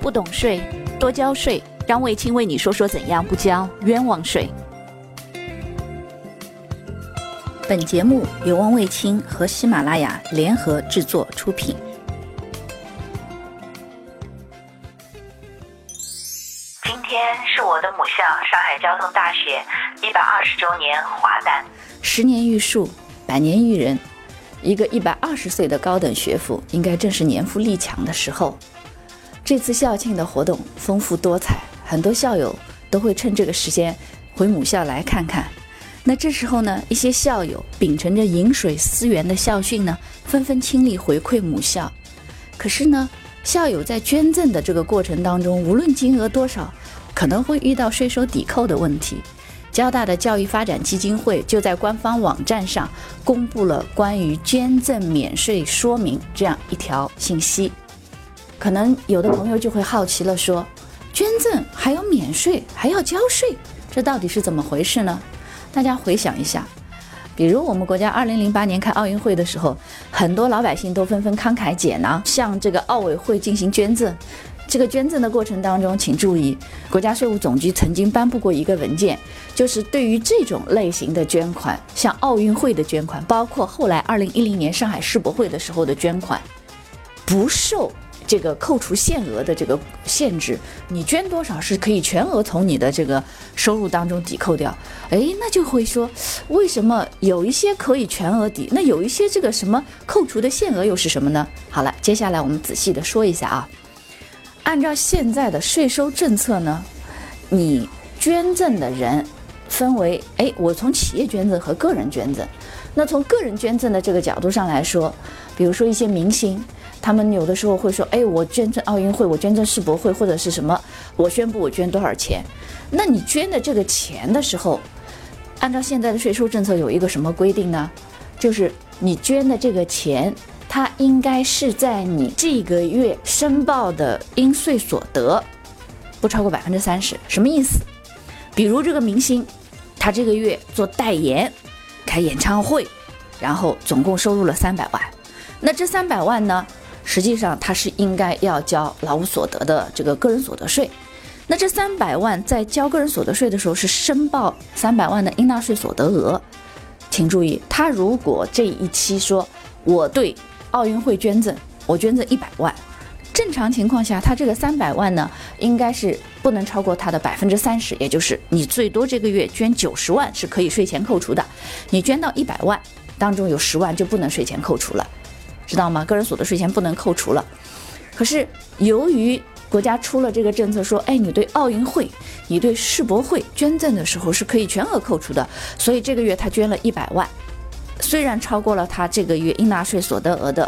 不懂税，多交税。让卫青为你说说怎样不交冤枉税。本节目由汪卫青和喜马拉雅联合制作出品。 今天是我的母校上海交通大学120周年华诞 ，10年育树，100年育人。一个120岁的高等学府，应该正是年富力强的时候。这次校庆的活动丰富多彩，很多校友都会趁这个时间回母校来看看。那这时候呢，一些校友秉承着饮水思源的校训呢，纷纷倾力回馈母校。可是呢，校友在捐赠的这个过程当中，无论金额多少，可能会遇到税收抵扣的问题。交大的教育发展基金会就在官方网站上公布了关于捐赠免税说明这样一条信息。可能有的朋友就会好奇了，说捐赠还有免税，还要交税，这到底是怎么回事呢？大家回想一下，比如我们国家2008年开奥运会的时候，很多老百姓都纷纷慷慨解囊，向这个奥委会进行捐赠。这个捐赠的过程当中，请注意，国家税务总局曾经颁布过一个文件，就是对于这种类型的捐款，像奥运会的捐款，包括后来2010年上海世博会的时候的捐款，不受这个扣除限额的这个限制，你捐多少是可以全额从你的这个收入当中抵扣掉。那就会说，为什么有一些可以全额抵，那有一些这个什么扣除的限额又是什么呢？好了，接下来我们仔细的说一下啊。按照现在的税收政策呢，你捐赠的人分为我从企业捐赠和个人捐赠。那从个人捐赠的这个角度上来说，比如说一些明星，他们有的时候会说，我捐赠奥运会，我捐赠世博会，或者是什么，我宣布我捐多少钱。那你捐的这个钱的时候，按照现在的税收政策有一个什么规定呢？就是你捐的这个钱，它应该是在你这个月申报的应税所得不超过30%。什么意思？比如这个明星，他这个月做代言，开演唱会，然后总共收入了300万。那这300万呢，实际上他是应该要交劳务所得的这个个人所得税。那这300万在交个人所得税的时候是申报300万的应纳税所得额。请注意，他如果这一期说我对奥运会捐赠，我捐赠100万，正常情况下他这个300万呢，应该是不能超过他的30%，也就是你最多这个月捐90万是可以税前扣除的，你捐到100万当中有10万就不能税前扣除了，知道吗？个人所得税前不能扣除了。可是由于国家出了这个政策说，你对奥运会，你对世博会捐赠的时候是可以全额扣除的，所以这个月他捐了100万，虽然超过了他这个月应纳税所得额的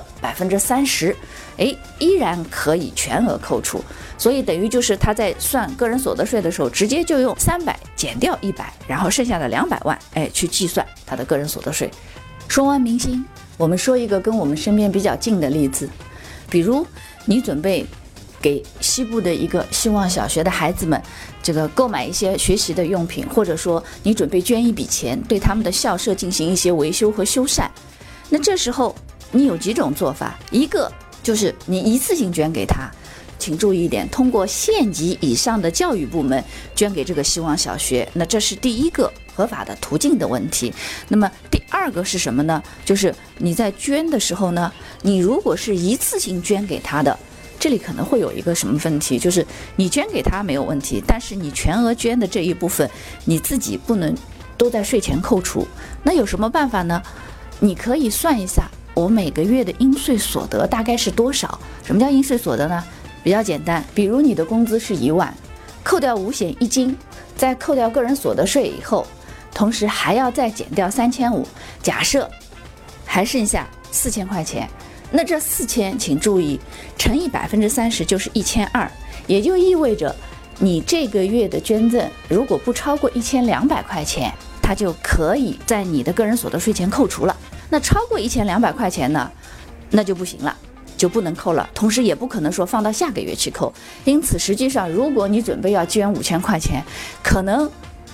30%，依然可以全额扣除。所以等于就是他在算个人所得税的时候，直接就用300减掉100，然后剩下的200万，去计算他的个人所得税。说完明星，我们说一个跟我们身边比较近的例子，比如你准备给西部的一个希望小学的孩子们这个购买一些学习的用品，或者说你准备捐一笔钱对他们的校舍进行一些维修和修缮。那这时候你有几种做法，一个就是你一次性捐给他，请注意一点，通过县级以上的教育部门捐给这个希望小学，那这是第一个合法的途径的问题。那么第二个是什么呢？就是你在捐的时候呢，你如果是一次性捐给他的，这里可能会有一个什么问题，就是你捐给他没有问题，但是你全额捐的这一部分你自己不能都在税前扣除。那有什么办法呢？你可以算一下我每个月的应税所得大概是多少。什么叫应税所得呢？比较简单，比如你的工资是1万，扣掉五险一金，再扣掉个人所得税以后，同时还要再减掉3500，假设还剩下4000块钱，那这4000请注意乘以30%就是1200，也就意味着你这个月的捐赠如果不超过1200块钱，它就可以在你的个人所得税前扣除了。那超过1200块钱呢，那就不行了，就不能扣了，同时也不可能说放到下个月去扣。因此实际上如果你准备要捐5000块钱，可能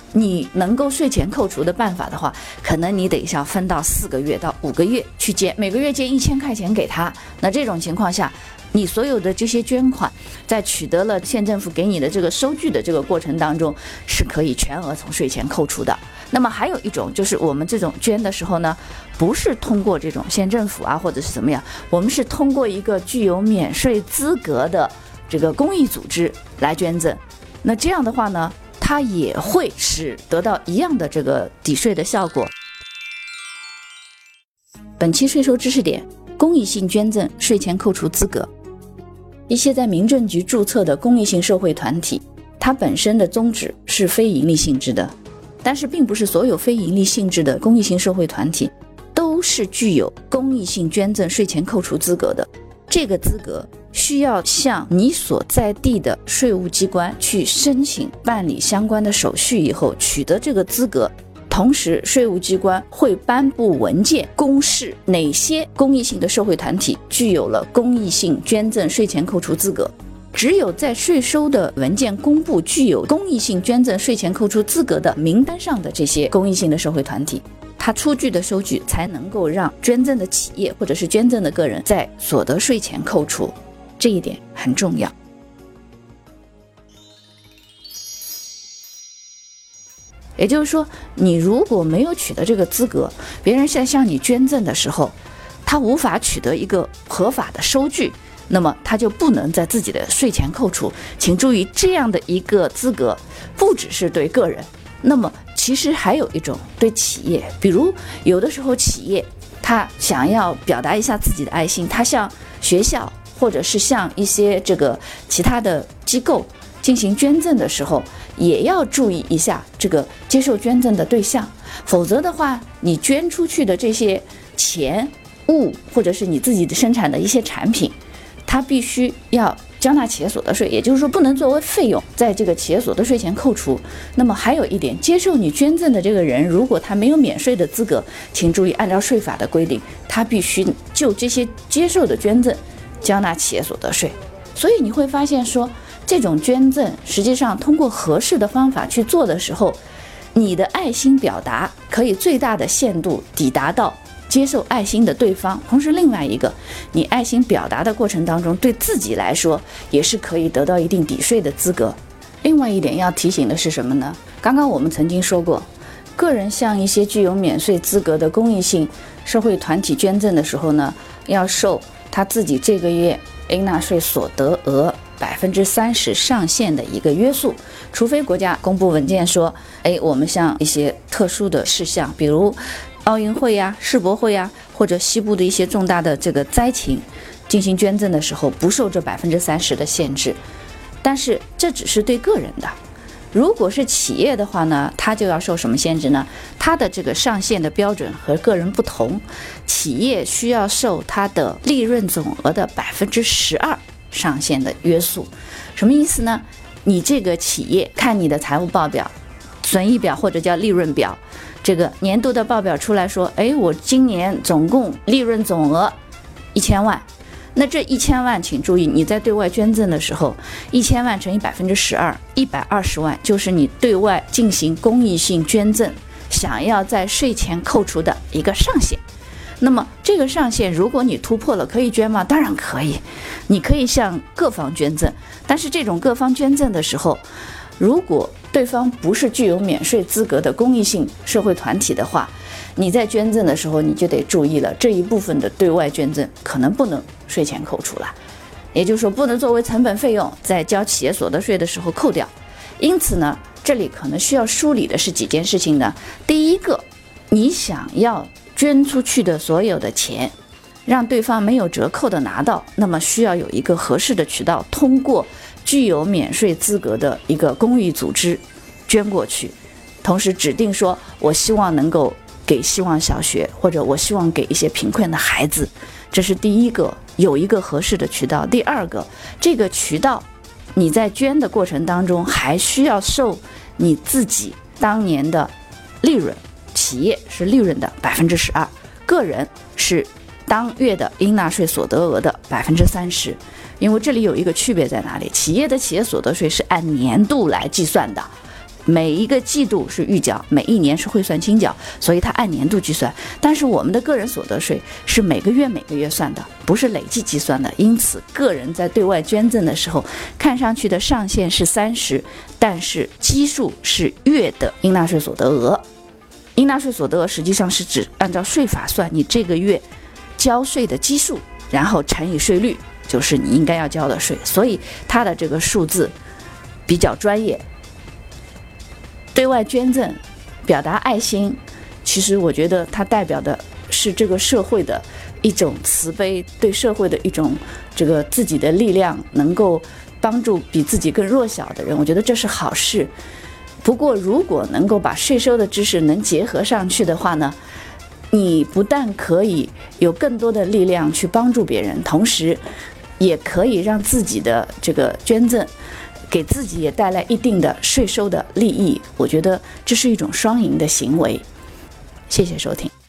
你能够税前扣除的办法的话，可能你得要分到4个月到5个月去捐，每个月捐1000块钱给他。那这种情况下，你所有的这些捐款在取得了县政府给你的这个收据的这个过程当中，是可以全额从税前扣除的。那么还有一种就是我们这种捐的时候呢，不是通过这种县政府啊或者是怎么样，我们是通过一个具有免税资格的这个公益组织来捐赠。那这样的话呢，它也会使得到一样的这个抵税的效果。本期税收知识点：公益性捐赠税前扣除资格。一些在民政局注册的公益性社会团体，它本身的宗旨是非盈利性质的，但是并不是所有非盈利性质的公益性社会团体都是具有公益性捐赠税前扣除资格的。这个资格需要向你所在地的税务机关去申请办理相关的手续以后取得这个资格，同时税务机关会颁布文件公示哪些公益性的社会团体具有了公益性捐赠税前扣除资格。只有在税收的文件公布具有公益性捐赠税前扣除资格的名单上的这些公益性的社会团体，它出具的收据才能够让捐赠的企业或者是捐赠的个人在所得税前扣除，这一点很重要。也就是说，你如果没有取得这个资格，别人在向你捐赠的时候，他无法取得一个合法的收据，那么他就不能在自己的税前扣除。请注意，这样的一个资格不只是对个人，那么其实还有一种对企业。比如有的时候企业他想要表达一下自己的爱心，他向学校或者是向一些这个其他的机构进行捐赠的时候，也要注意一下这个接受捐赠的对象，否则的话，你捐出去的这些钱物或者是你自己的生产的一些产品，它必须要交纳企业所得税，也就是说不能作为费用在这个企业所得税前扣除。那么还有一点，接受你捐赠的这个人，如果他没有免税的资格，请注意按照税法的规定，他必须就这些接受的捐赠交纳企业所得税。所以你会发现说，这种捐赠实际上通过合适的方法去做的时候，你的爱心表达可以最大的限度抵达到接受爱心的对方，同时另外一个，你爱心表达的过程当中，对自己来说也是可以得到一定抵税的资格。另外一点要提醒的是什么呢？刚刚我们曾经说过，个人向一些具有免税资格的公益性社会团体捐赠的时候呢，要受他自己这个月应纳税所得额30%上限的一个约束，除非国家公布文件说，我们向一些特殊的事项，比如奥运会呀、世博会呀，或者西部的一些重大的这个灾情进行捐赠的时候，不受这30%的限制。但是这只是对个人的，如果是企业的话呢，它就要受什么限制呢？它的这个上限的标准和个人不同，企业需要受它的利润总额的12%上限的约束。什么意思呢？你这个企业看你的财务报表、损益表或者叫利润表，这个年度的报表出来说，我今年总共利润总额1000万，那这1000万请注意，你在对外捐赠的时候，1000万乘以12%，120万就是你对外进行公益性捐赠想要在税前扣除的一个上限。那么这个上限如果你突破了，可以捐吗？当然可以，你可以向各方捐赠，但是这种各方捐赠的时候，如果对方不是具有免税资格的公益性社会团体的话，你在捐赠的时候你就得注意了，这一部分的对外捐赠可能不能税前扣除了，也就是说不能作为成本费用在交企业所得税的时候扣掉。因此呢，这里可能需要梳理的是几件事情呢。第一个，你想要捐出去的所有的钱让对方没有折扣的拿到，那么需要有一个合适的渠道，通过具有免税资格的一个公益组织捐过去，同时指定说我希望能够给希望小学，或者我希望给一些贫困的孩子，这是第一个，有一个合适的渠道。第二个，这个渠道你在捐的过程当中还需要受你自己当年的利润，企业是利润的12%，个人是当月的应纳税所得额的30%。因为这里有一个区别在哪里？企业的企业所得税是按年度来计算的， 每一个季度是预缴，每一年是汇算清缴，所以它按年度计算。但是我们的个人所得税是每个月算的，不是累计计算的，因此个人在对外捐赠的时候，看上去的上限是30，但是基数是月的应纳税所得额。应纳税所得额实际上是指按照税法算你这个月交税的基数，然后乘以税率，就是你应该要交的税，所以它的这个数字比较专业。对外捐赠表达爱心，其实我觉得它代表的是这个社会的一种慈悲，对社会的一种这个自己的力量能够帮助比自己更弱小的人，我觉得这是好事。不过如果能够把税收的知识能结合上去的话呢，你不但可以有更多的力量去帮助别人，同时也可以让自己的这个捐赠给自己也带来一定的税收的利益，我觉得这是一种双赢的行为。谢谢收听。